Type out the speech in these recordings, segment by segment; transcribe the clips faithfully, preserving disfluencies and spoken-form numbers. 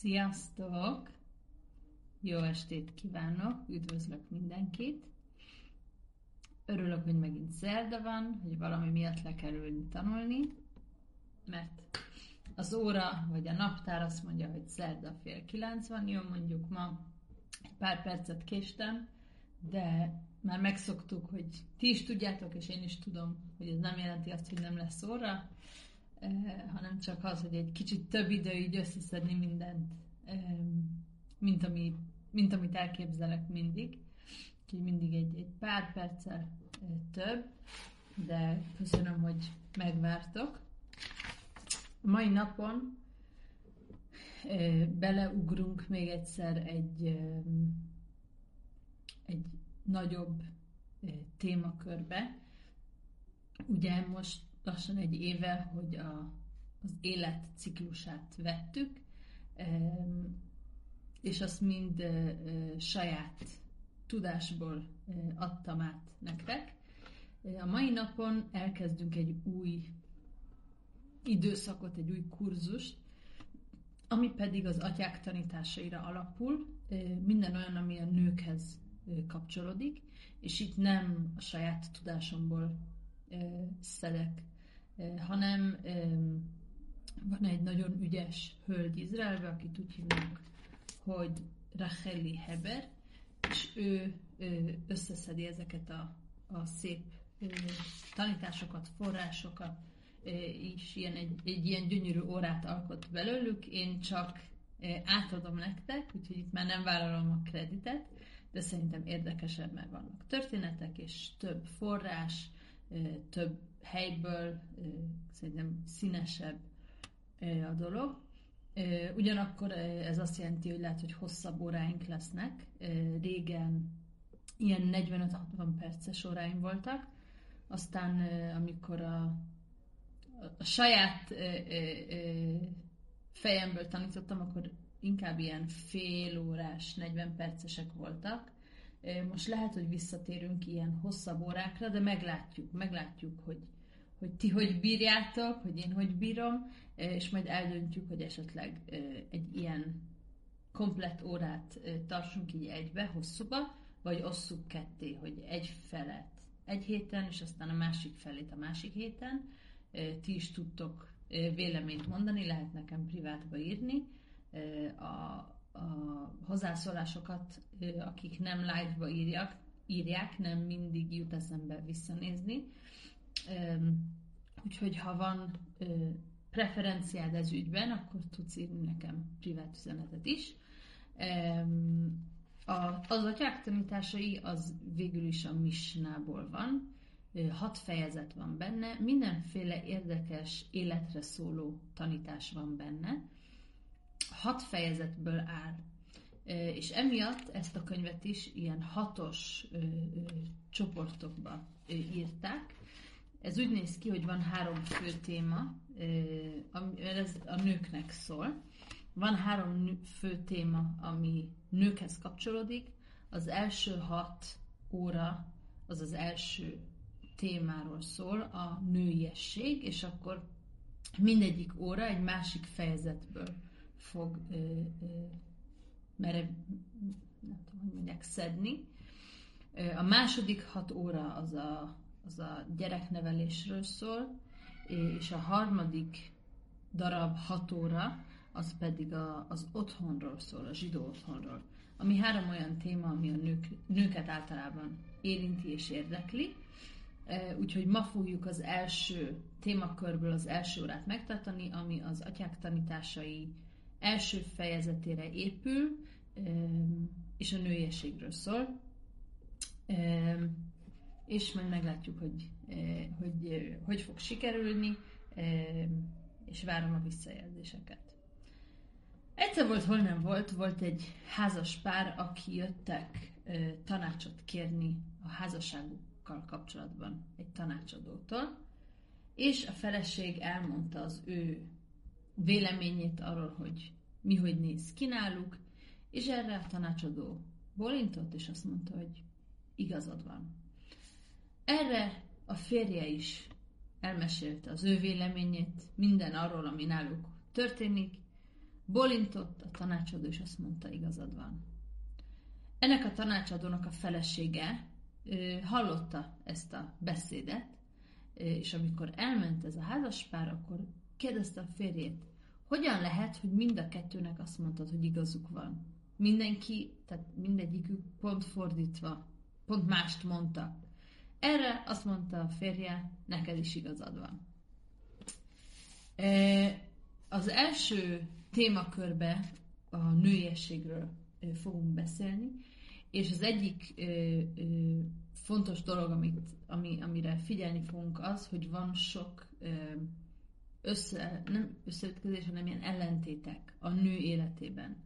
Sziasztok! Jó estét kívánok, üdvözlök mindenkit. Örülök, hogy megint szerda van, hogy valami miatt le kell ülni tanulni, mert az óra vagy a naptár azt mondja, hogy szerda fél kilenc van, jó, mondjuk ma egy pár percet késtem, de már megszoktuk, hogy ti is tudjátok, és én is tudom, hogy ez nem jelenti azt, hogy nem lesz óra, eh, hanem csak az, hogy egy kicsit több idő így összeszedni mindent, eh, mint, ami, mint amit elképzelek mindig. Úgyhogy mindig egy, egy pár perccel eh, több, de köszönöm, hogy megvártok. A mai napon eh, beleugrunk még egyszer egy, eh, egy nagyobb eh, témakörbe. Ugye most lassan egy éve, hogy a, az élet ciklusát vettük, eh, és azt mind eh, saját tudásból eh, adtam át nektek. Eh, a mai napon elkezdünk egy új időszakot, egy új kurzust, ami pedig az atyák tanításaira alapul, eh, minden olyan, ami a nőkhez eh, kapcsolódik, és itt nem a saját tudásomból eh, szedek, eh, hanem eh, van egy nagyon ügyes hölgy Izraelbe, akit úgy hívnak, hogy Racheli Heber, és ő, ő összeszedi ezeket a, a szép ő, tanításokat, forrásokat, és ilyen, egy, egy ilyen gyönyörű órát alkot belőlük. Én csak átadom nektek, úgyhogy itt már nem vállalom a kreditet, de szerintem érdekesebb, mert vannak történetek, és több forrás, több helyből, szerintem színesebb a dolog. Ugyanakkor ez azt jelenti, hogy lehet, hogy hosszabb óráink lesznek. Régen ilyen negyvenöt-hatvan perces óráim voltak, aztán amikor a, a saját fejemből tanítottam, akkor inkább ilyen fél órás, negyven percesek voltak. Most lehet, hogy visszatérünk ilyen hosszabb órákra, de meglátjuk, meglátjuk, hogy hogy ti hogy bírjátok, hogy én hogy bírom, és majd eldöntjük, hogy esetleg egy ilyen komplett órát tartsunk így egybe, hosszúba, vagy osszuk ketté, hogy egy felet egy héten, és aztán a másik felét a másik héten. Ti is tudtok véleményt mondani, lehet nekem privátba írni. A, a hozzászólásokat, akik nem live-ba írják, írják, nem mindig jut eszembe visszanézni. Úgyhogy ha van preferenciád ez ügyben, akkor tudsz írni nekem privát üzenetet is. Az atyák tanításai az végül is a Misnából van, hat fejezet van benne, mindenféle érdekes életre szóló tanítás van benne, hat fejezetből áll. És emiatt ezt a könyvet is ilyen hatos ö, ö, csoportokba ö, írták. Ez úgy néz ki, hogy van három fő téma, ö, ez a nőknek szól. Van három nő, fő téma, ami nőkhez kapcsolódik. Az első hat óra az az első témáról szól, a nőiesség, és akkor mindegyik óra egy másik fejezetből fog ö, ö, merev, nem tudom, hogy mondják, szedni. A második hat óra az a, az a gyereknevelésről szól, és a harmadik darab hat óra az pedig a, az otthonról szól, a zsidó otthonról. Ami három olyan téma, ami a nők, nőket általában érinti és érdekli. Úgyhogy ma fogjuk az első témakörből az első órát megtartani, ami az atyák tanításai első fejezetére épül, és a nőiességről szól. És majd meglátjuk, hogy hogy, hogy fog sikerülni, és várom a visszajelzéseket. Egyszer volt, hol nem volt, volt egy házas pár, aki jöttek tanácsot kérni a házasságukkal kapcsolatban egy tanácsadótól, és a feleség elmondta az ő véleményét arról, hogy mi hogy néz ki náluk, és erre a tanácsadó bólintott, és azt mondta, hogy igazad van. Erre a férje is elmesélte az ő véleményét, minden arról, ami náluk történik, Bólintott a tanácsadó, és azt mondta, igazad van. Ennek a tanácsadónak a felesége ö, hallotta ezt a beszédet, ö, és amikor elment ez a házaspár, akkor kérdezte a férjét, hogyan lehet, hogy mind a kettőnek azt mondtad, hogy igazuk van? Mindenki, tehát mindegyikük pont fordítva, pont mást mondta. Erre azt mondta a férje, neked is igazad van. Az első témakörbe a nőiességről fogunk beszélni, és az egyik fontos dolog, amit, ami, amire figyelni fogunk az, hogy van sok össze, nem összeütközés, hanem ilyen ellentétek a nő életében.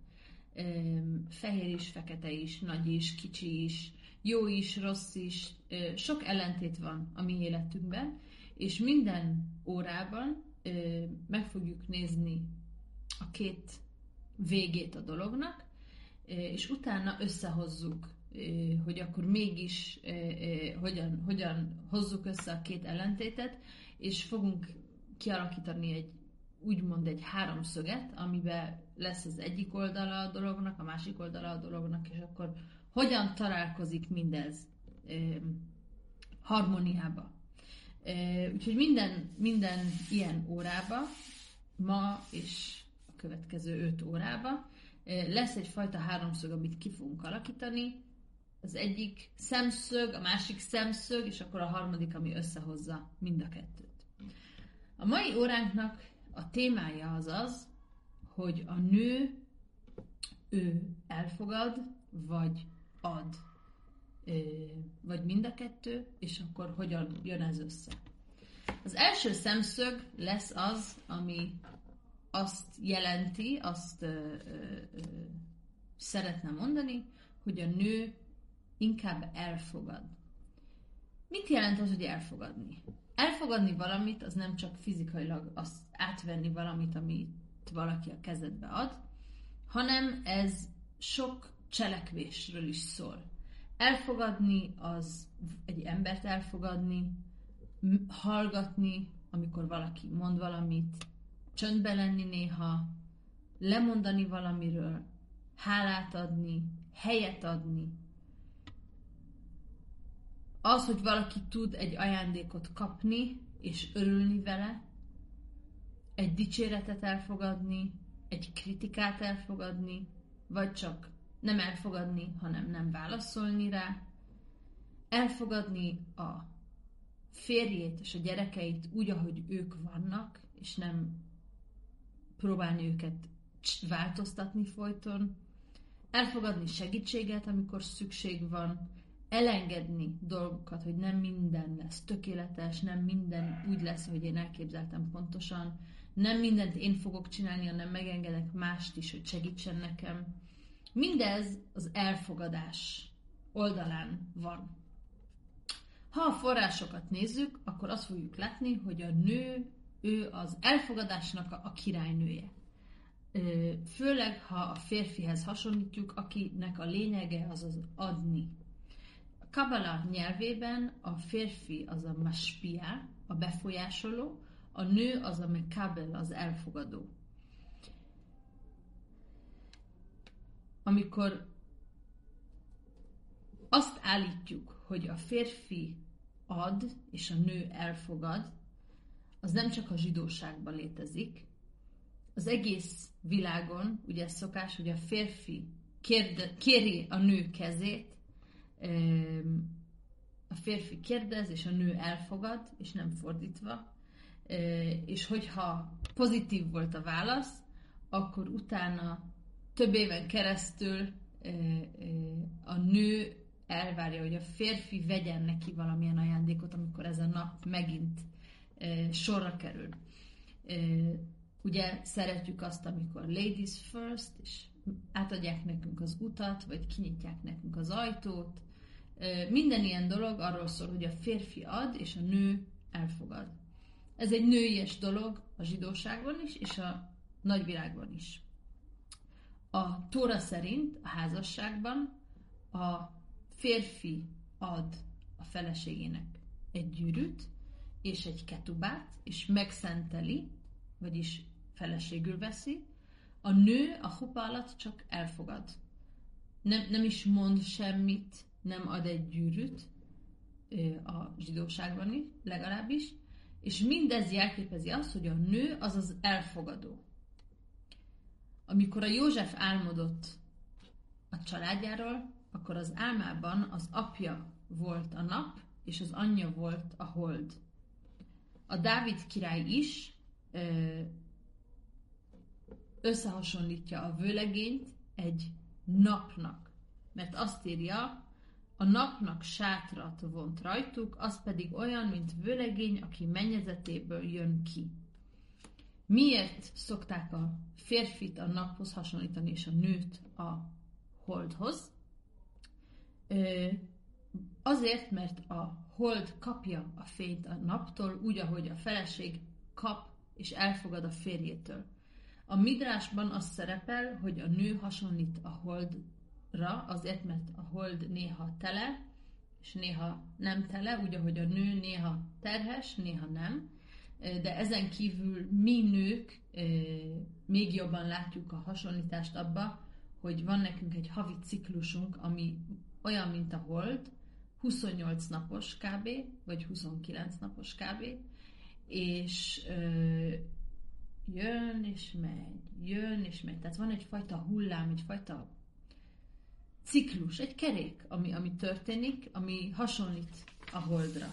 Fehér is, fekete is, nagy is, kicsi is, jó is, rossz is, sok ellentét van a mi életünkben, és minden órában meg fogjuk nézni a két végét a dolognak, és utána összehozzuk, hogy akkor mégis hogyan, hogyan hozzuk össze a két ellentétet, és fogunk kialakítani egy úgymond egy háromszöget, amiben lesz az egyik oldala a dolognak, a másik oldala a dolognak, és akkor hogyan találkozik mindez eh, harmóniába. Eh, úgyhogy minden, minden ilyen órába, ma és a következő öt órába eh, lesz egyfajta háromszög, amit ki fogunk alakítani. Az egyik szemszög, a másik szemszög, és akkor a harmadik, ami összehozza mind a kettőt. A mai óránknak a témája az az, hogy a nő, ő elfogad, vagy ad, vagy mind a kettő, és akkor hogyan jön ez össze. Az első szemszög lesz az, ami azt jelenti, azt ö, ö, ö, szeretne mondani, hogy a nő inkább elfogad. Mit jelent az, hogy elfogadni? Elfogadni valamit, az nem csak fizikailag azt átvenni valamit, amit valaki a kezedbe ad, hanem ez sok cselekvésről is szól. Elfogadni az egy embert elfogadni, hallgatni, amikor valaki mond valamit, csöndbe lenni néha, lemondani valamiről, hálát adni, helyet adni. Az, hogy valaki tud egy ajándékot kapni, és örülni vele, egy dicséretet elfogadni, egy kritikát elfogadni, vagy csak nem elfogadni, hanem nem válaszolni rá. Elfogadni a férjét és a gyerekeit úgy, ahogy ők vannak, és nem próbálni őket változtatni folyton. Elfogadni segítséget, amikor szükség van. Elengedni dolgokat, hogy nem minden lesz tökéletes, nem minden úgy lesz, hogy én elképzeltem pontosan. Nem mindent én fogok csinálni, hanem megengedek mást is, hogy segítsen nekem. Mindez az elfogadás oldalán van. Ha a forrásokat nézzük, akkor azt fogjuk látni, hogy a nő, ő az elfogadásnak a, a királynője. Főleg, ha a férfihez hasonlítjuk, akinek a lényege az az adni. A Kabala nyelvében a férfi az a maspia, a befolyásoló, a nő az a mekabel, az elfogadó. Amikor azt állítjuk, hogy a férfi ad, és a nő elfogad, az nem csak a zsidóságban létezik. Az egész világon, ugye ez szokás, hogy a férfi kérde, kéri a nő kezét, a férfi kérdez, és a nő elfogad, és nem fordítva. És hogyha pozitív volt a válasz, akkor utána több éven keresztül a nő elvárja, hogy a férfi vegyen neki valamilyen ajándékot, amikor ez a nap megint sorra kerül. Ugye szeretjük azt, amikor ladies first, és átadják nekünk az utat, vagy kinyitják nekünk az ajtót. Minden ilyen dolog arról szól, hogy a férfi ad, és a nő elfogad. Ez egy nőies dolog a zsidóságban is, és a nagyvilágban is. A Tóra szerint a házasságban a férfi ad a feleségének egy gyűrűt és egy ketubát, és megszenteli, vagyis feleségül veszi. A nő a hupa alatt csak elfogad. Nem, nem is mond semmit, nem ad egy gyűrűt, a zsidóságban is, legalábbis, és mindez jelképezi azt, hogy a nő az az elfogadó. Amikor a József álmodott a családjáról, akkor az álmában az apja volt a nap, és az anyja volt a hold. A Dávid király is összehasonlítja a vőlegényt egy napnak, mert azt írja, a napnak sátrat vont rajtuk, az pedig olyan, mint vőlegény, aki mennyezetéből jön ki. Miért szokták a férfit a naphoz hasonlítani, és a nőt a holdhoz? Azért, mert a hold kapja a fényt a naptól, úgy, ahogy a feleség kap és elfogad a férjétől. A Midrásban az szerepel, hogy a nő hasonlít a holdra, azért, mert a hold néha tele, és néha nem tele, úgy, ahogy a nő néha terhes, néha nem. De ezen kívül mi nők még jobban látjuk a hasonlítást abba, hogy van nekünk egy havi ciklusunk, ami olyan, mint a hold, huszonnyolc napos kb. Vagy huszonkilenc napos kb. És ö, jön és megy, jön és megy. Tehát van egyfajta hullám, egyfajta ciklus, egy kerék, ami, ami történik, ami hasonlít a holdra.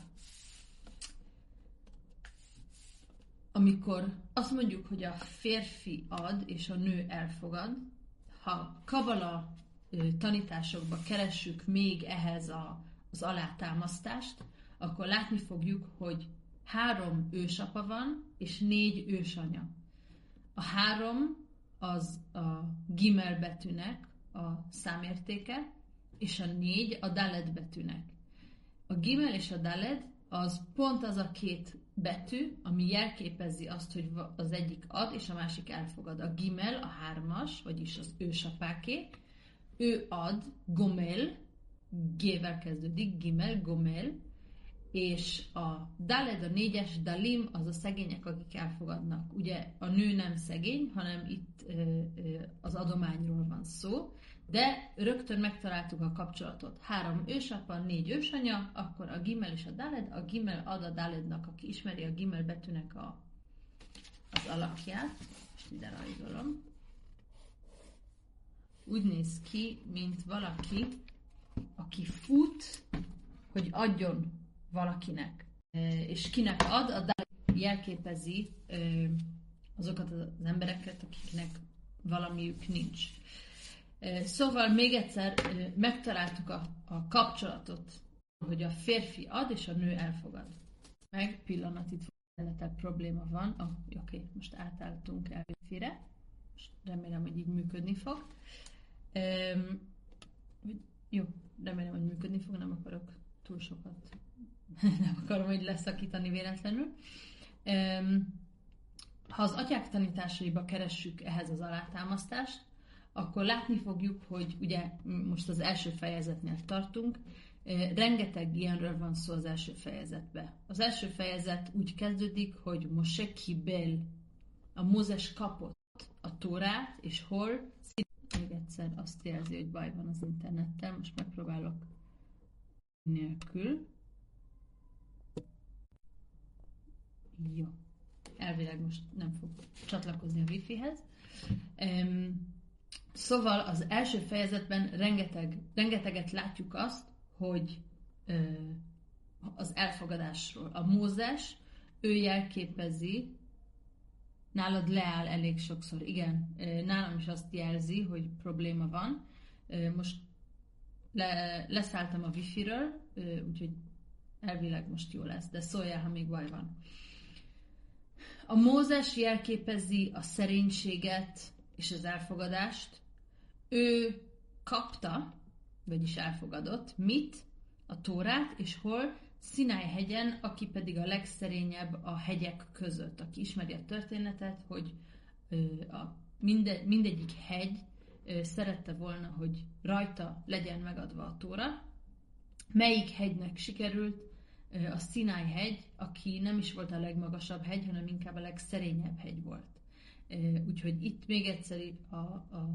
Amikor azt mondjuk, hogy a férfi ad és a nő elfogad, ha kabala tanításokba keressük még ehhez a, az alátámasztást, akkor látni fogjuk, hogy három ősapa van, és négy ősanya. A három az a gimel betűnek a számértéke, és a négy a daled betűnek. A gimel és a daled az pont az a két betű, ami jelképezi azt, hogy az egyik ad, és a másik elfogad. A gimel, a hármas, vagyis az ősapáké, ő ad, gomel, G-vel kezdődik, gimel, gomel, és a daled, a négyes, dalim, az a szegények, akik elfogadnak. Ugye a nő nem szegény, hanem itt ö, ö, az adományról van szó, de rögtön megtaláltuk a kapcsolatot. Három ősapa, négy ősanya, akkor a gimel és a daled, a gimel ad a dalednak, aki ismeri a gimel betűnek a, az alakját. Most ide rajzolom. Úgy néz ki, mint valaki, aki fut, hogy adjon valakinek. És kinek ad, a daled jelképezi azokat az embereket, akiknek valamiük nincs. Szóval még egyszer megtaláltuk a, a kapcsolatot, hogy a férfi ad, és a nő elfogad. Meg pillanat, itt egy probléma van. Oh, Oké, okay, most átálltunk el wifi-re. Most remélem, hogy így működni fog. Um, jó, remélem, hogy működni fog, nem akarok túl sokat. Nem akarom, hogy leszakítani véletlenül. Um, ha az atyák tanításaiba keressük ehhez az alátámasztást, akkor látni fogjuk, hogy ugye most az első fejezetnél tartunk, rengeteg ilyenről van szó az első fejezetben. Az első fejezet úgy kezdődik, hogy Moshe kibel, a Mózes kapott a Tórát, és hol? Még egyszer azt jelzi, hogy baj van az internettel, most megpróbálok nélkül. Jó. Elvileg most nem fog csatlakozni a wifi-hez. Um, Szóval az első fejezetben rengeteg, rengeteget látjuk azt, hogy ö, az elfogadásról. A Mózes, ő jelképezi, nálad leáll elég sokszor, igen, nálam is azt jelzi, hogy probléma van. Most le, leszálltam a wifi-ről, úgyhogy elvileg most jó lesz, de szóljál, ha még baj van. A Mózes jelképezi a szerénységet és az elfogadást. Ő kapta, vagyis elfogadott, mit? A Tórát, és hol? Szináj hegyen, aki pedig a legszerényebb a hegyek között. Aki ismeri a történetet, hogy a minde, mindegyik hegy szerette volna, hogy rajta legyen megadva a Tóra. Melyik hegynek sikerült? A Szináj hegy, aki nem is volt a legmagasabb hegy, hanem inkább a legszerényebb hegy volt. Úgyhogy itt még egyszer a, a,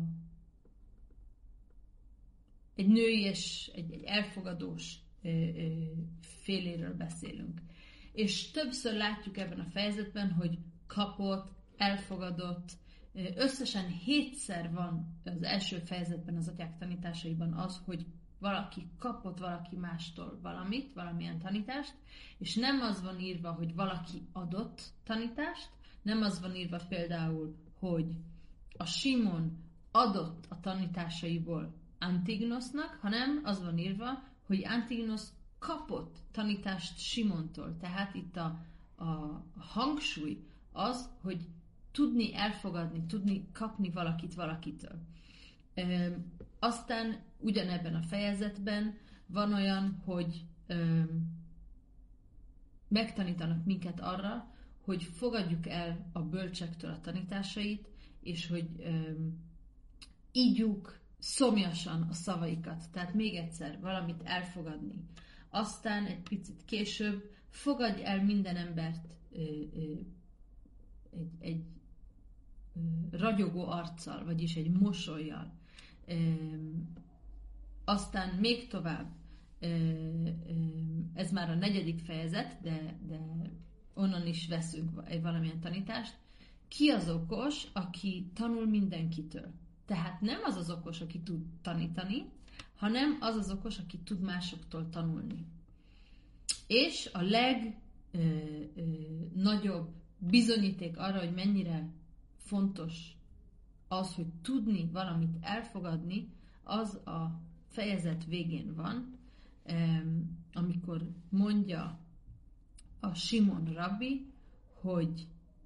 egy női és egy, egy elfogadós féléről beszélünk. És többször látjuk ebben a fejezetben, hogy kapott, elfogadott, összesen hétszer van az első fejezetben az atyák tanításaiban az, hogy valaki kapott valaki mástól valamit, valamilyen tanítást, és nem az van írva, hogy valaki adott tanítást, nem az van írva például, hogy a Simon adott a tanításaiból Antignosznak, hanem az van írva, hogy Antignosz kapott tanítást Simontól. Tehát itt a, a hangsúly az, hogy tudni elfogadni, tudni kapni valakit valakitől. Ö, aztán ugyanebben a fejezetben van olyan, hogy ö, megtanítanak minket arra, hogy fogadjuk el a bölcsektől a tanításait, és hogy ö, ígyjuk szomjasan a szavaikat. Tehát még egyszer valamit elfogadni. Aztán egy picit később fogadj el minden embert ö, ö, egy, egy ö, ragyogó arccal, vagyis egy mosollyal. Ö, aztán még tovább, ö, ö, ez már a negyedik fejezet, de, de onnan is veszünk egy valamilyen tanítást. Ki az okos, aki tanul mindenkitől? Tehát nem az az okos, aki tud tanítani, hanem az az okos, aki tud másoktól tanulni. És a legnagyobb bizonyíték arra, hogy mennyire fontos az, hogy tudni valamit elfogadni, az a fejezet végén van, amikor mondja a Simon rabbi, hogy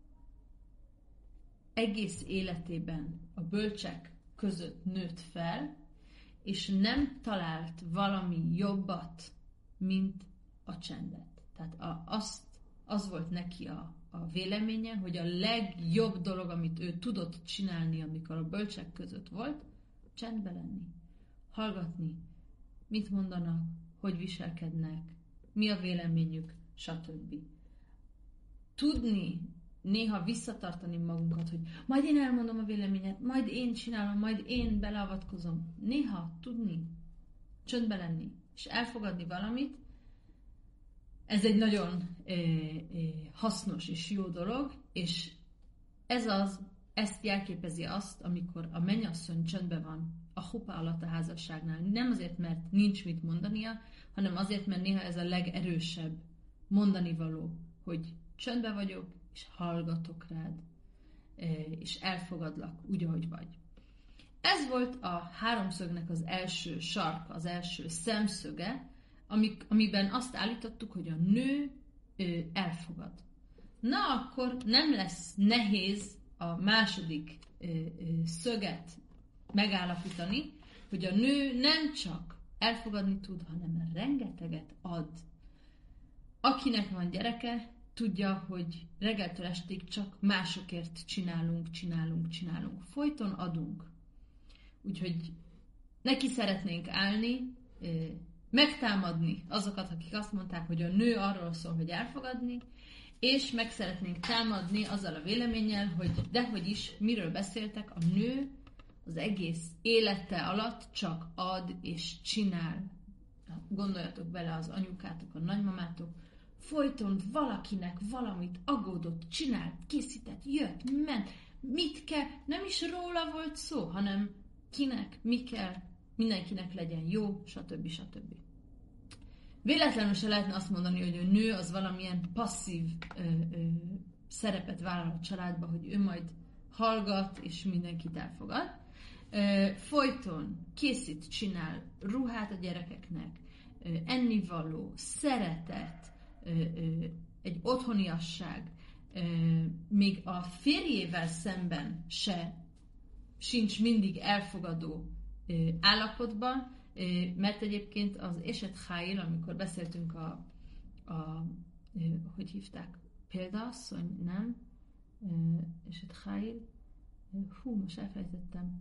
egész életében a bölcsek között nőtt fel, és nem talált valami jobbat, mint a csendet. Tehát a, azt, az volt neki a, a véleménye, hogy a legjobb dolog, amit ő tudott csinálni, amikor a bölcsek között volt, csendben lenni, hallgatni, mit mondanak, hogy viselkednek, mi a véleményük, stb. Tudni, néha visszatartani magunkat, hogy majd én elmondom a véleményet, majd én csinálom, majd én beleavatkozom. Néha tudni, csöndbe lenni, és elfogadni valamit, ez egy nagyon eh, eh, hasznos és jó dolog, és ez az, ezt jelképezi azt, amikor a mennyasszony csöndbe van a hupa alatt a házasságnál. Nem azért, mert nincs mit mondania, hanem azért, mert néha ez a legerősebb mondani való, hogy csöndbe vagyok, és hallgatok rád, és elfogadlak úgy, ahogy vagy. Ez volt a háromszögnek az első sarka, az első szemszöge, amik, amiben azt állítottuk, hogy a nő ő, elfogad. Na, akkor nem lesz nehéz a második ö, ö, szöget megállapítani, hogy a nő nem csak elfogadni tud, hanem rengeteget ad. Akinek van gyereke, tudja, hogy reggeltől estig csak másokért csinálunk, csinálunk, csinálunk. Folyton adunk. Úgyhogy neki szeretnénk állni, megtámadni azokat, akik azt mondták, hogy a nő arról szól, hogy elfogadni, és meg szeretnénk támadni azzal a véleménnyel, hogy dehogy is, miről beszéltek, a nő az egész élete alatt csak ad és csinál. Gondoljatok bele, az anyukátok, a nagymamátok, folyton valakinek valamit aggódott, csinált, készített, jött, ment, mit kell, nem is róla volt szó, hanem kinek, mi kell, mindenkinek legyen jó, stb. stb. Véletlenül se lehetne azt mondani, hogy a nő az valamilyen passzív ö, ö, szerepet vállal a családba, hogy ő majd hallgat, és mindenkit elfogad. Ö, folyton készít, csinál ruhát a gyerekeknek, ö, ennivaló, szeretet, ö, ö, egy otthoniasság, ö, még a férjével szemben se sincs mindig elfogadó ö, állapotban, mert egyébként az Eset Hail, amikor beszéltünk a, a hogy hívták, példaasszony, nem? Eset Hail, hú, most elfelejtettem,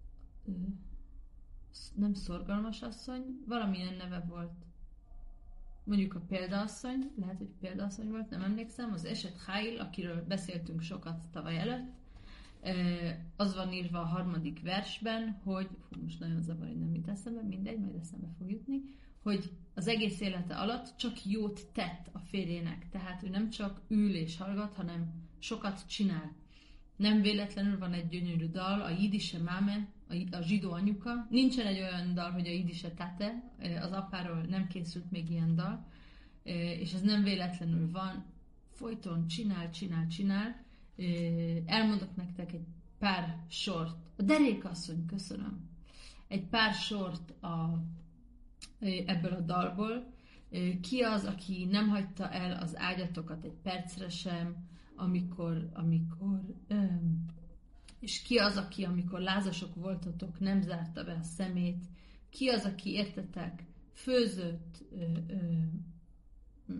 nem szorgalmas asszony, valamilyen neve volt. Mondjuk a példaasszony, lehet, hogy példaasszony volt, nem emlékszem, az Eset Hail, akiről beszéltünk sokat tavaly előtt, Az van írva a harmadik versben, hogy, hú, most nagyon zavar, hogy nem jut eszembe, mindegy, majd eszembe fog jutni, hogy az egész élete alatt csak jót tett a férjének. Tehát ő nem csak ül és hallgat, hanem sokat csinál. Nem véletlenül van egy gyönyörű dal, a Jidise Máme, a zsidó anyuka. Nincsen egy olyan dal, hogy a Jidise Tate, az apáról nem készült még ilyen dal, és ez nem véletlenül van. Folyton csinál, csinál, csinál. Elmondok nektek egy pár sort. A derékasszony, köszönöm. Egy pár sort a, ebből a dalból. Ki az, aki nem hagyta el az ágyatokat egy percre sem, amikor, amikor és ki az, aki, amikor lázasok voltatok, nem zárta be a szemét? Ki az, aki értetek főzött, ö, ö,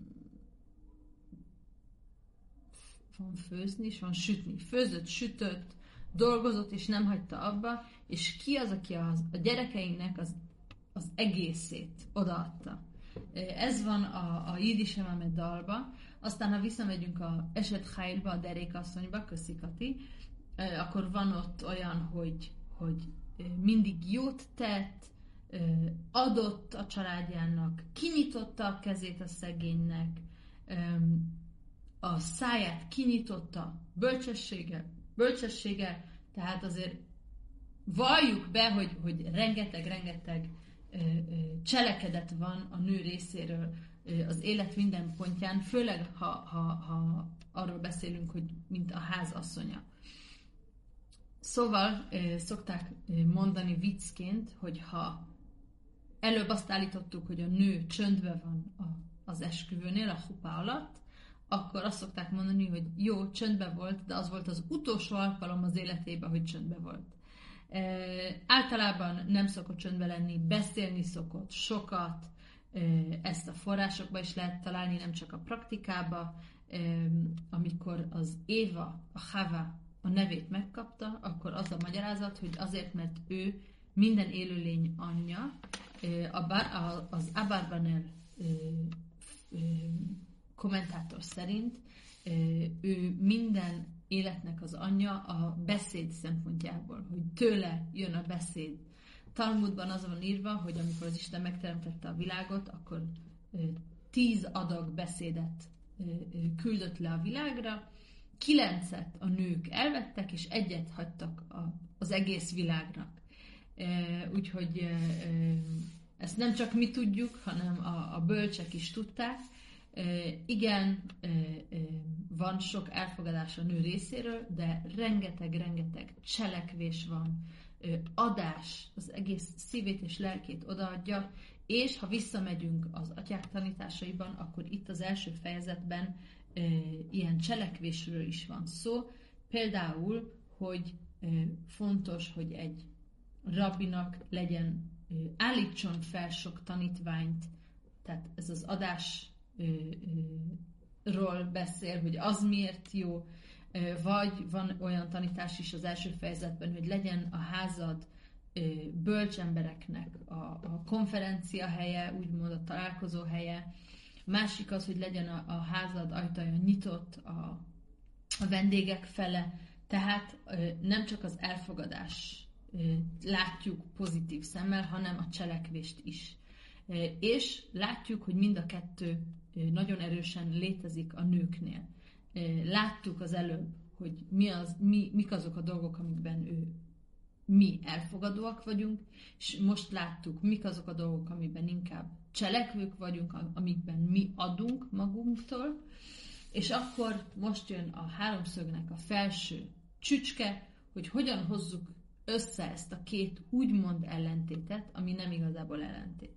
van főzni, és van sütni. Főzött, sütött, dolgozott, és nem hagyta abba, és ki az, aki az, a gyerekeinknek az, az egészét odaadta. Ez van a, a Jidise Máme dalba. Aztán, ha visszamegyünk a Eset Hailba, a derékasszonyba, köszi Kati, akkor van ott olyan, hogy, hogy mindig jót tett, adott a családjának, kinyitotta a kezét a szegénynek, a száját kinyitotta, bölcsessége, bölcsessége, tehát azért valljuk be, hogy, hogy rengeteg-rengeteg cselekedet van a nő részéről az élet minden pontján, főleg ha, ha, ha arról beszélünk, hogy mint a házasszonya. Szóval szokták mondani viccként, hogy ha előbb azt állítottuk, hogy a nő csöndben van az esküvőnél, a hupa alatt, akkor azt szokták mondani, hogy jó, csöndben volt, de az volt az utolsó alkalom az életében, hogy csöndben volt. E, általában nem szokott csöndben lenni, beszélni szokott sokat, e, ezt a forrásokba is lehet találni, nem csak a praktikába. E, amikor az Éva, a Hava a nevét megkapta, akkor az a magyarázat, hogy azért, mert ő minden élőlény anyja, e, a, a, az Abarbanel e, e, kommentátor szerint ő minden életnek az anyja a beszéd szempontjából, hogy tőle jön a beszéd. Talmudban az van írva, hogy amikor az Isten megteremtette a világot, akkor tíz adag beszédet küldött le a világra, kilencet a nők elvettek, és egyet hagytak az egész világnak. Úgyhogy ezt nem csak mi tudjuk, hanem a, a bölcsek is tudták. Uh, igen, uh, uh, van sok elfogadás a nő részéről, de rengeteg-rengeteg cselekvés van, uh, adás, az egész szívét és lelkét odaadja, és ha visszamegyünk az atyák tanításaiban, akkor itt az első fejezetben uh, ilyen cselekvésről is van szó. Például, hogy uh, fontos, hogy egy rabbinak legyen, uh, állítson fel sok tanítványt, tehát ez az adás ról beszél, hogy az miért jó, vagy van olyan tanítás is az első fejezetben, hogy legyen a házad bölcs embereknek a, a konferencia helye, úgymond a találkozó helye. Másik az, hogy legyen a, a házad ajtaja nyitott a, a vendégek fele, tehát nem csak az elfogadás látjuk pozitív szemmel, hanem a cselekvést is. És látjuk, hogy mind a kettő nagyon erősen létezik a nőknél. Láttuk az előbb, hogy mi az, mi, mik azok a dolgok, amikben ő, mi elfogadóak vagyunk, és most láttuk, mik azok a dolgok, amiben inkább cselekvők vagyunk, amikben mi adunk magunktól, és akkor most jön a háromszögnek a felső csücske, hogy hogyan hozzuk össze ezt a két úgymond ellentétet, ami nem igazából ellentét.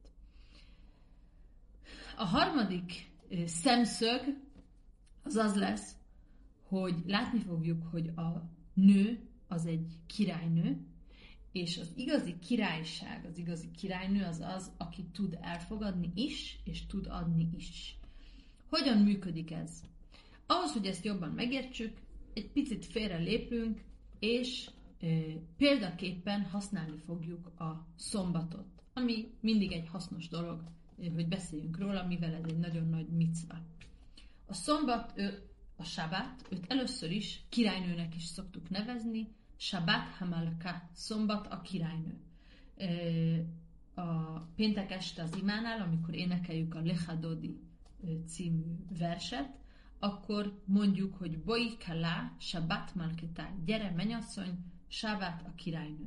A harmadik szemszög az az lesz, hogy látni fogjuk, hogy a nő az egy királynő, és az igazi királyság, az igazi királynő az az, aki tud elfogadni is, és tud adni is. Hogyan működik ez? Ahhoz, hogy ezt jobban megértsük, egy picit félre lépünk, és e, példaképpen használni fogjuk a szombatot, ami mindig egy hasznos dolog, hogy beszéljünk róla, mivel ez egy nagyon nagy micva. A szombat, a Sabát, őt először is királynőnek is szoktuk nevezni, Shabbat Hamalka, szombat a királynő. A péntek este az imánál, amikor énekeljük a Lechadodi című verset, akkor mondjuk, hogy Boi Kala, Shabbat Malkita, gyere mennyasszony, Shabbat a királynő.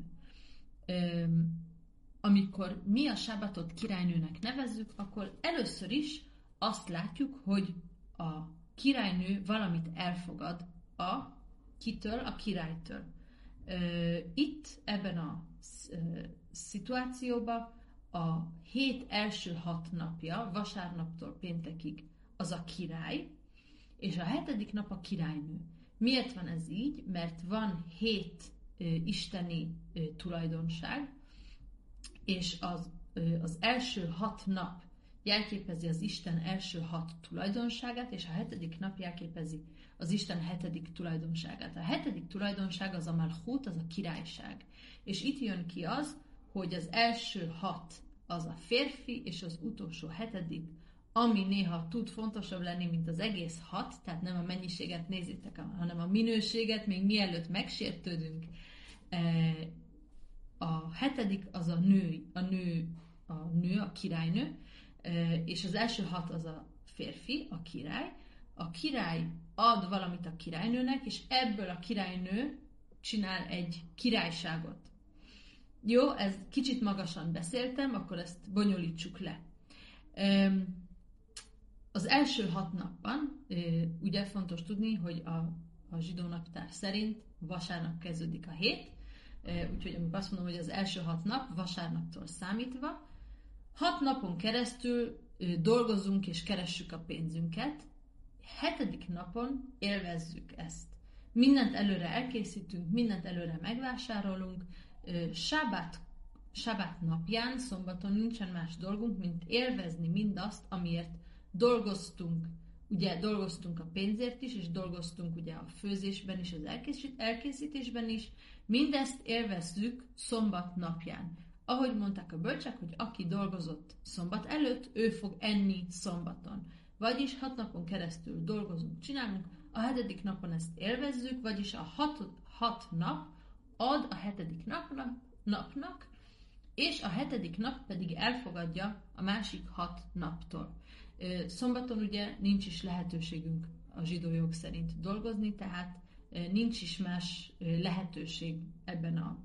Amikor mi a Sabbatot királynőnek nevezzük, akkor először is azt látjuk, hogy a királynő valamit elfogad a kitől, a királytől. Itt ebben a szituációban a hét első hat napja, vasárnaptól péntekig az a király, és a hetedik nap a királynő. Miért van ez így? Mert van hét isteni tulajdonság, és az, az első hat nap jelképezi az Isten első hat tulajdonságát, és a hetedik nap jelképezi az Isten hetedik tulajdonságát. A hetedik tulajdonság az a Malchut, az a királyság. És itt jön ki az, hogy az első hat az a férfi, és az utolsó hetedik, ami néha tud fontosabb lenni, mint az egész hat, tehát nem a mennyiséget nézitek, hanem a minőséget, még mielőtt megsértődünk. A hetedik az a nő, a nő, a nő, a királynő, és az első hat az a férfi, a király. A király ad valamit a királynőnek, és ebből a királynő csinál egy királyságot. Jó, ez kicsit magasan beszéltem, akkor ezt bonyolítsuk le. Az első hat napban, ugye fontos tudni, hogy a, a zsidó naptár szerint vasárnap kezdődik a hét, úgyhogy amikor azt mondom, hogy az első hat nap vasárnaptól számítva, hat napon keresztül dolgozunk és keressük a pénzünket, hetedik napon élvezzük ezt. Mindent előre elkészítünk, mindent előre megvásárolunk, Sábát, Sábát napján, szombaton nincsen más dolgunk, mint élvezni mindazt, amiért dolgoztunk. Ugye dolgoztunk a pénzért is, és dolgoztunk ugye a főzésben is, az elkészítésben is. Mindezt élvezzük szombat napján. Ahogy mondták a bölcsek, hogy aki dolgozott szombat előtt, ő fog enni szombaton. Vagyis hat napon keresztül dolgozunk, csinálunk, a hetedik napon ezt élvezzük, vagyis a hat, hat nap ad a hetedik napnak, napnak, és a hetedik nap pedig elfogadja a másik hat naptól. Szombaton ugye nincs is lehetőségünk a zsidó jog szerint dolgozni, tehát nincs is más lehetőség ebben a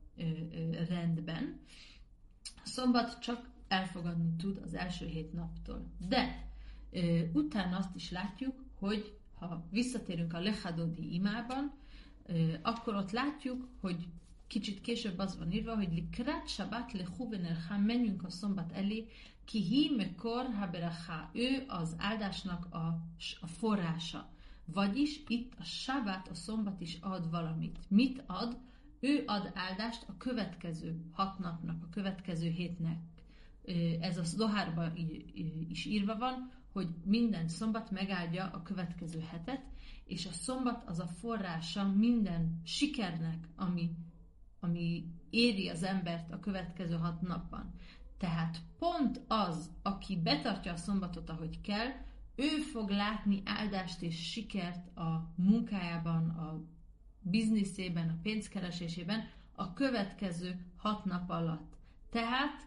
rendben. Szombat csak elfogadni tud az első hét naptól. De utána azt is látjuk, hogy ha visszatérünk a Lechadodi imában, akkor ott látjuk, hogy kicsit később az van írva, hogy Likrat Shabbat lechu v'nercha, menjünk a szombat elé, ki hi mekor haberacha, ő az áldásnak a, a forrása. Vagyis itt a Shabbat, a szombat is ad valamit. Mit ad? Ő ad áldást a következő hat napnak, a következő hétnek. Ez a Zohárban is írva van, hogy minden szombat megáldja a következő hetet, és a szombat az a forrása minden sikernek, ami, ami éri az embert a következő hat napban. Tehát pont az, aki betartja a szombatot, ahogy kell, ő fog látni áldást és sikert a munkájában, a bizniszében, a pénzkeresésében a következő hat nap alatt. Tehát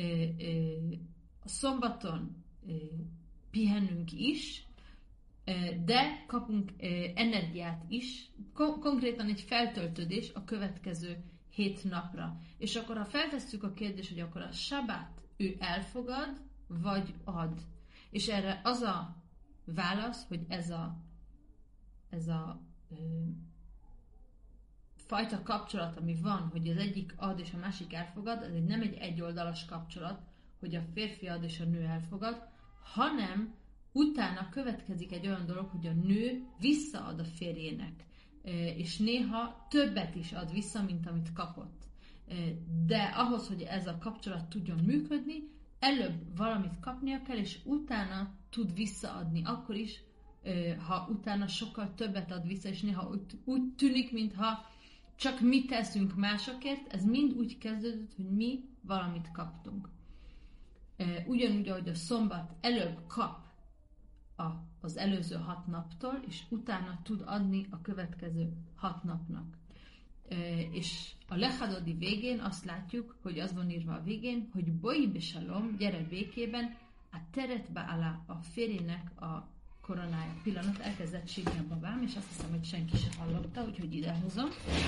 a szombaton pihenünk is, de kapunk energiát is, konkrétan egy feltöltődés a következő hét napra. És akkor ha feltesszük a kérdést, hogy akkor a Sabát ő elfogad, vagy ad. És erre az a válasz, hogy ez a, ez a ö, fajta kapcsolat, ami van, hogy az egyik ad és a másik elfogad, ez egy, nem egy egyoldalas kapcsolat, hogy a férfi ad és a nő elfogad, hanem utána következik egy olyan dolog, hogy a nő visszaad a férjének, és néha többet is ad vissza, mint amit kapott. De ahhoz, hogy ez a kapcsolat tudjon működni, előbb valamit kapnia kell, és utána tud visszaadni. Akkor is, ha utána sokkal többet ad vissza, és néha úgy, úgy tűnik, mintha csak mi teszünk másokért, ez mind úgy kezdődött, hogy mi valamit kaptunk. Ugyanúgy, ahogy a szombat előbb kap a, az előző hat naptól, és utána tud adni a következő hat napnak. E, és a Lechadodi végén azt látjuk, hogy az van írva a végén, hogy boi besalom, gyere békében, a teret beállá a férjének a koronája. Pillanat, elkezdett sírni a babám, és azt hiszem, hogy senki se hallotta, úgyhogy idehozom.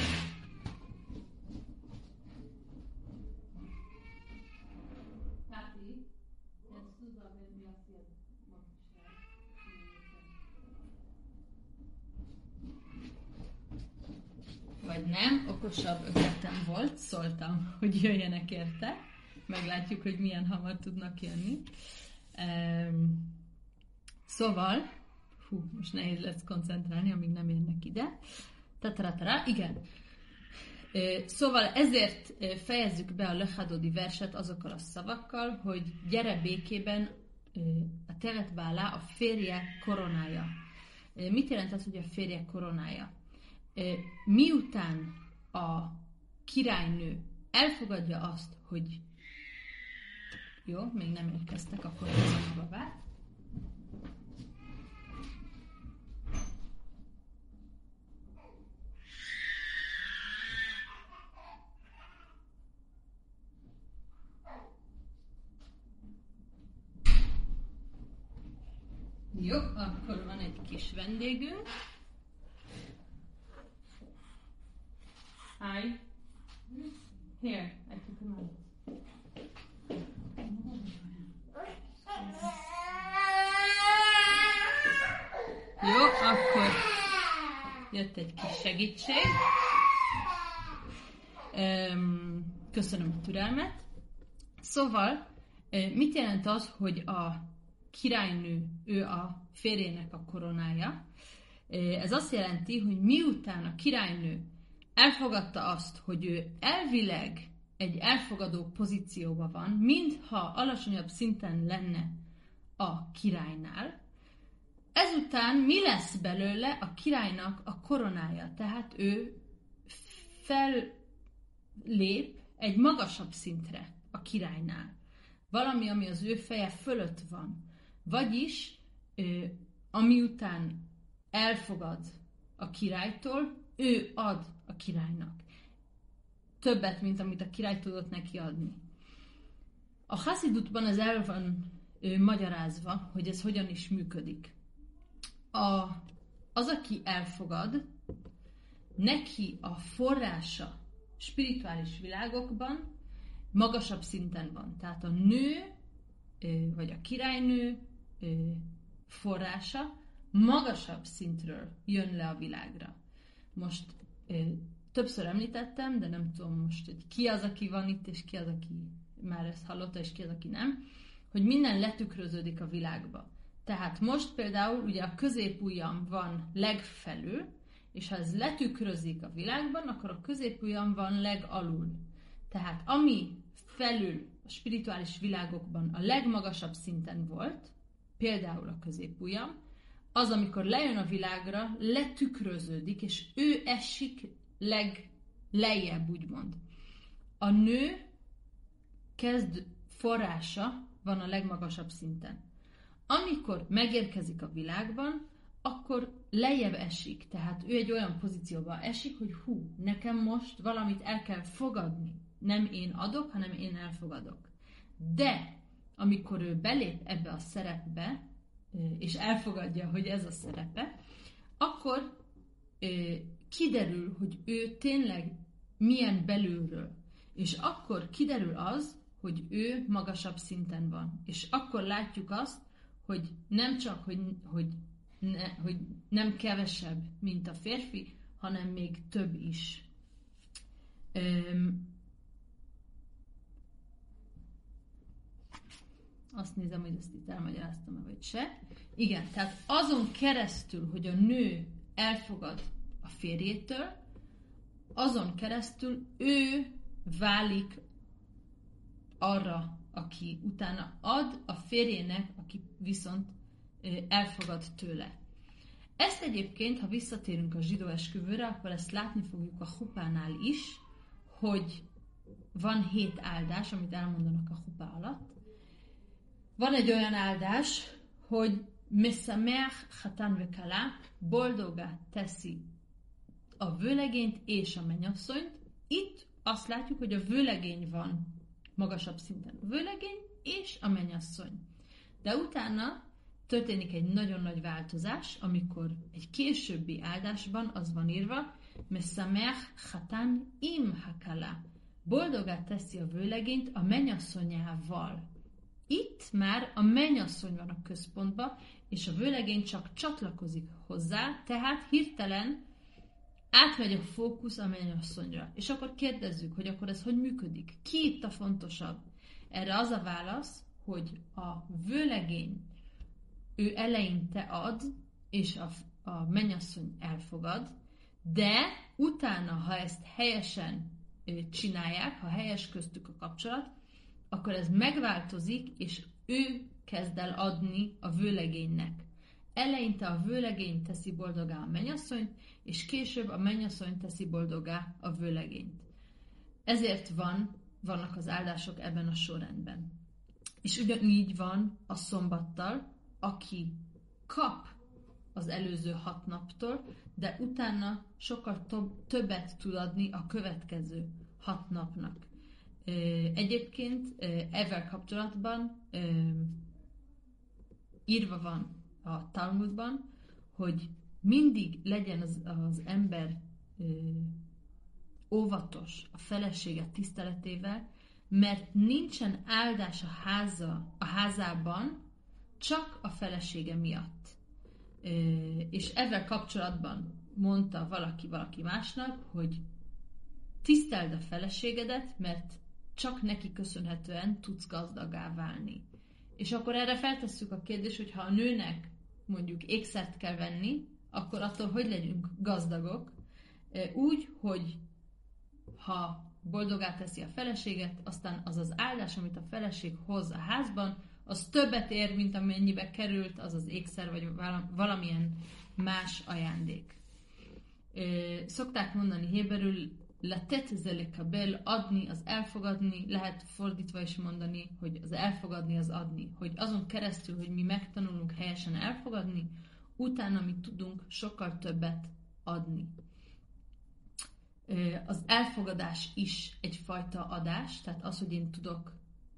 Vagy nem, okosabb ötletem volt, szóltam, hogy jöjjenek érte. Meglátjuk, hogy milyen hamar tudnak jönni. Um, szóval, hú, most nehéz lesz koncentrálni, amíg nem érnek ide. Tataratara, igen. Szóval ezért fejezzük be a Lechadodi verset azokkal a szavakkal, hogy gyere békében a teret bálá, a férje koronája. Mit jelent az, hogy a férje koronája? Miután a királynő elfogadja azt, hogy jó, még nem érkeztek, akkor hozom a babát. Jó, akkor van egy kis vendégünk. Hi. Here, I took him out. Jó, akkor jött egy kis segítség. Köszönöm a türelmet. Szóval, mit jelent az, hogy a királynő, ő a férjének a koronája? Ez azt jelenti, hogy miután a királynő elfogadta azt, hogy ő elvileg egy elfogadó pozícióban van, mintha alacsonyabb szinten lenne a királynál, ezután mi lesz belőle a királynak a koronája? Tehát ő fellép egy magasabb szintre a királynál. Valami, ami az ő feje fölött van. Vagyis, amiután elfogad a királytól, ő ad a királynak. Többet, mint amit a király tudott neki adni. A Hasidutban ez el van ő, magyarázva, hogy ez hogyan is működik. A, az, aki elfogad, neki a forrása spirituális világokban magasabb szinten van. Tehát a nő, vagy a királynő forrása magasabb szintről jön le a világra. Most többször említettem, de nem tudom most, hogy ki az, aki van itt, és ki az, aki már ezt hallotta, és ki az, aki nem, hogy minden letükröződik a világba. Tehát most például ugye a középujjam van legfelül, és ha ez letükrözik a világban, akkor a középujjam van legalul. Tehát ami felül a spirituális világokban a legmagasabb szinten volt, például a középujjam, az, amikor lejön a világra, letükröződik, és ő esik leglejjebb, úgymond. A nő kezd forrása van a legmagasabb szinten. Amikor megérkezik a világban, akkor lejjebb esik. Tehát ő egy olyan pozícióba esik, hogy hú, nekem most valamit el kell fogadni. Nem én adok, hanem én elfogadok. De amikor ő belép ebbe a szerepbe, és elfogadja, hogy ez a szerepe, akkor kiderül, hogy ő tényleg milyen belülről. És akkor kiderül az, hogy ő magasabb szinten van. És akkor látjuk azt, hogy nem csak, hogy, hogy, ne, hogy nem kevesebb, mint a férfi, hanem még több is. Öm, azt nézem, hogy ezt itt elmagyaráztam, vagy se. Igen, tehát azon keresztül, hogy a nő elfogad a férjétől, azon keresztül ő válik arra, aki utána ad a férjének, aki viszont elfogad tőle. Ezt egyébként, ha visszatérünk a zsidó esküvőre, akkor ezt látni fogjuk a hupánál is, hogy van hét áldás, amit elmondanak a hupá alatt. Van egy olyan áldás, hogy Mesameach chatan vekala, boldogá teszi a vőlegényt és a mennyasszonyt. Itt azt látjuk, hogy a vőlegény van magasabb szinten. A vőlegény és a mennyasszony. De utána történik egy nagyon nagy változás, amikor egy későbbi áldásban az van írva, Mesameach chatan im hakala. Boldogá teszi a vőlegényt a mennyasszonyával. Itt már a mennyasszony van a központban, és a vőlegény csak csatlakozik hozzá, tehát hirtelen átmegy a fókusz a mennyasszonyra. És akkor kérdezzük, hogy akkor ez hogy működik? Ki itt a fontosabb? Erre az a válasz, hogy a vőlegény ő eleinte ad, és a, a mennyasszony elfogad, de utána, ha ezt helyesen csinálják, ha helyes köztük a kapcsolat, akkor ez megváltozik, és ő kezd el adni a vőlegénynek. Eleinte a vőlegény teszi boldogá a mennyasszonyt, és később a mennyasszony teszi boldogá a vőlegényt. Ezért van, vannak az áldások ebben a sorrendben. És ugyanígy van a szombattal, aki kap az előző hat naptól, de utána sokkal többet tud adni a következő hat napnak. Egyébként ezzel kapcsolatban írva van a Talmudban, hogy mindig legyen az, az ember óvatos a felesége tiszteletével, mert nincsen áldás a, háza, a házában csak a felesége miatt. És ezzel kapcsolatban mondta valaki valaki másnak, hogy tiszteld a feleségedet, mert csak neki köszönhetően tudsz gazdagá válni. És akkor erre feltesszük a kérdést, hogy ha a nőnek mondjuk ékszert kell venni, akkor attól hogy legyünk gazdagok? Úgy, hogy ha boldogá teszi a feleséget, aztán az az áldás, amit a feleség hoz a házban, az többet ér, mint amennyibe került az az ékszer, vagy valamilyen más ajándék. Szokták mondani héberül, letet zelekabel, adni az elfogadni, lehet fordítva is mondani, hogy az elfogadni az adni. Hogy azon keresztül, hogy mi megtanulunk helyesen elfogadni, utána mi tudunk sokkal többet adni. Az elfogadás is egyfajta adás, tehát az, hogy én tudok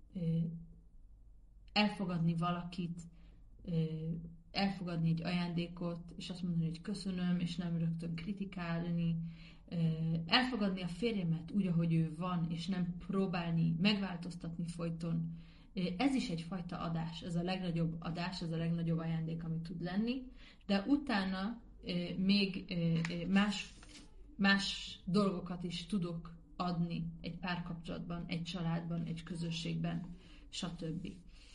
elfogadni valakit, elfogadni egy ajándékot, és azt mondani, hogy köszönöm, és nem rögtön kritikálni, elfogadni a férjemet úgy, ahogy ő van, és nem próbálni megváltoztatni folyton. Ez is egyfajta adás, ez a legnagyobb adás, ez a legnagyobb ajándék, ami tud lenni, de utána még más, más dolgokat is tudok adni egy párkapcsolatban, egy családban, egy közösségben, stb.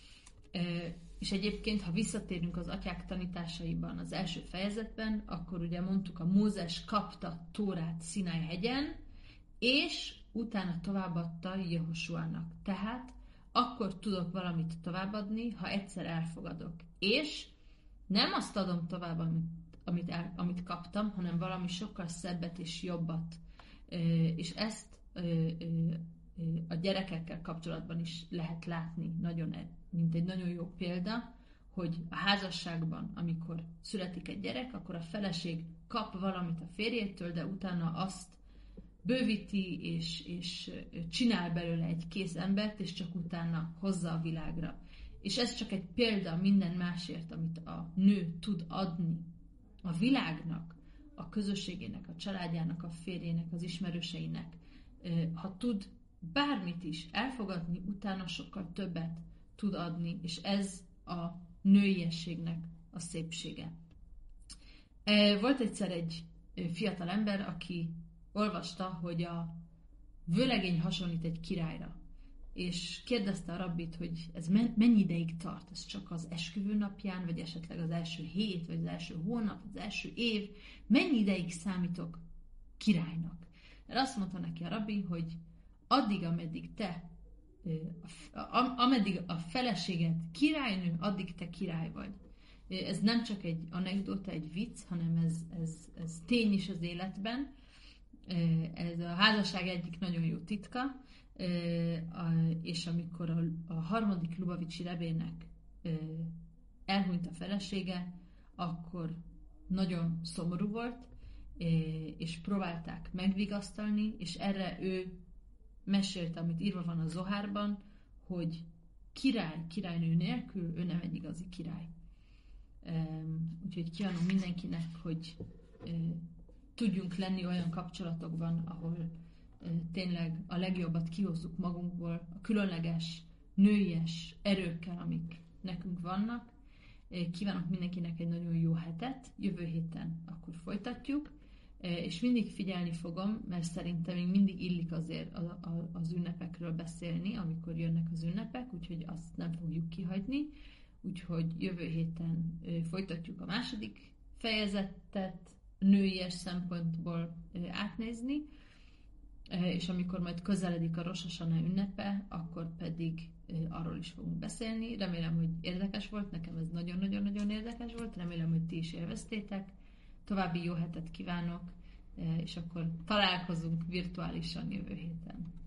És egyébként, ha visszatérünk az atyák tanításaiban az első fejezetben, akkor ugye mondtuk, a Mózes kapta Tórát Szináj hegyen, és utána továbbadta Jehosuának. Tehát akkor tudok valamit továbbadni, ha egyszer elfogadok. És nem azt adom tovább, amit, amit, el, amit kaptam, hanem valami sokkal szebbet és jobbat. És ezt a gyerekekkel kapcsolatban is lehet látni, nagyon, mint egy nagyon jó példa, hogy a házasságban, amikor születik egy gyerek, akkor a feleség kap valamit a férjétől, de utána azt bővíti, és, és csinál belőle egy kész embert, és csak utána hozza a világra. És ez csak egy példa minden másért, amit a nő tud adni a világnak, a közösségének, a családjának, a férjének, az ismerőseinek. Ha tud bármit is elfogadni, utána sokkal többet tud adni, és ez a nőiességnek a szépsége. Volt egyszer egy fiatal ember, aki olvasta, hogy a vőlegény hasonlít egy királyra, és kérdezte a rabbit, hogy ez mennyi ideig tart, ez csak az esküvő napján, vagy esetleg az első hét, vagy az első hónap, az első év, mennyi ideig számítok királynak? Mert azt mondta neki a rabbi, hogy addig, ameddig te, ameddig a feleséged királynő, addig te király vagy. Ez nem csak egy anekdóta, egy vicc, hanem ez, ez, ez tény is az életben. Ez a házasság egyik nagyon jó titka, és amikor a, a harmadik Lubavicsi rebének elhunyt a felesége, akkor nagyon szomorú volt, és próbálták megvigasztalni, és erre ő mesélte, amit írva van a Zohárban, hogy király, királynő nélkül ő nem egy igazi király. Úgyhogy kívánom mindenkinek, hogy tudjunk lenni olyan kapcsolatokban, ahol tényleg a legjobbat kihozzuk magunkból, a különleges, nőies erőkkel, amik nekünk vannak. Kívánok mindenkinek egy nagyon jó hetet, jövő héten akkor folytatjuk, és mindig figyelni fogom, mert szerintem még mindig illik azért az ünnepekről beszélni, amikor jönnek az ünnepek, úgyhogy azt nem fogjuk kihagyni. Úgyhogy jövő héten folytatjuk a második fejezetet, nőies szempontból átnézni, és amikor majd közeledik a Rosh Hashanah ünnepe, akkor pedig arról is fogunk beszélni. Remélem, hogy érdekes volt, nekem ez nagyon-nagyon-nagyon érdekes volt, remélem, hogy ti is élveztétek. További jó hetet kívánok, és akkor találkozunk virtuálisan jövő héten.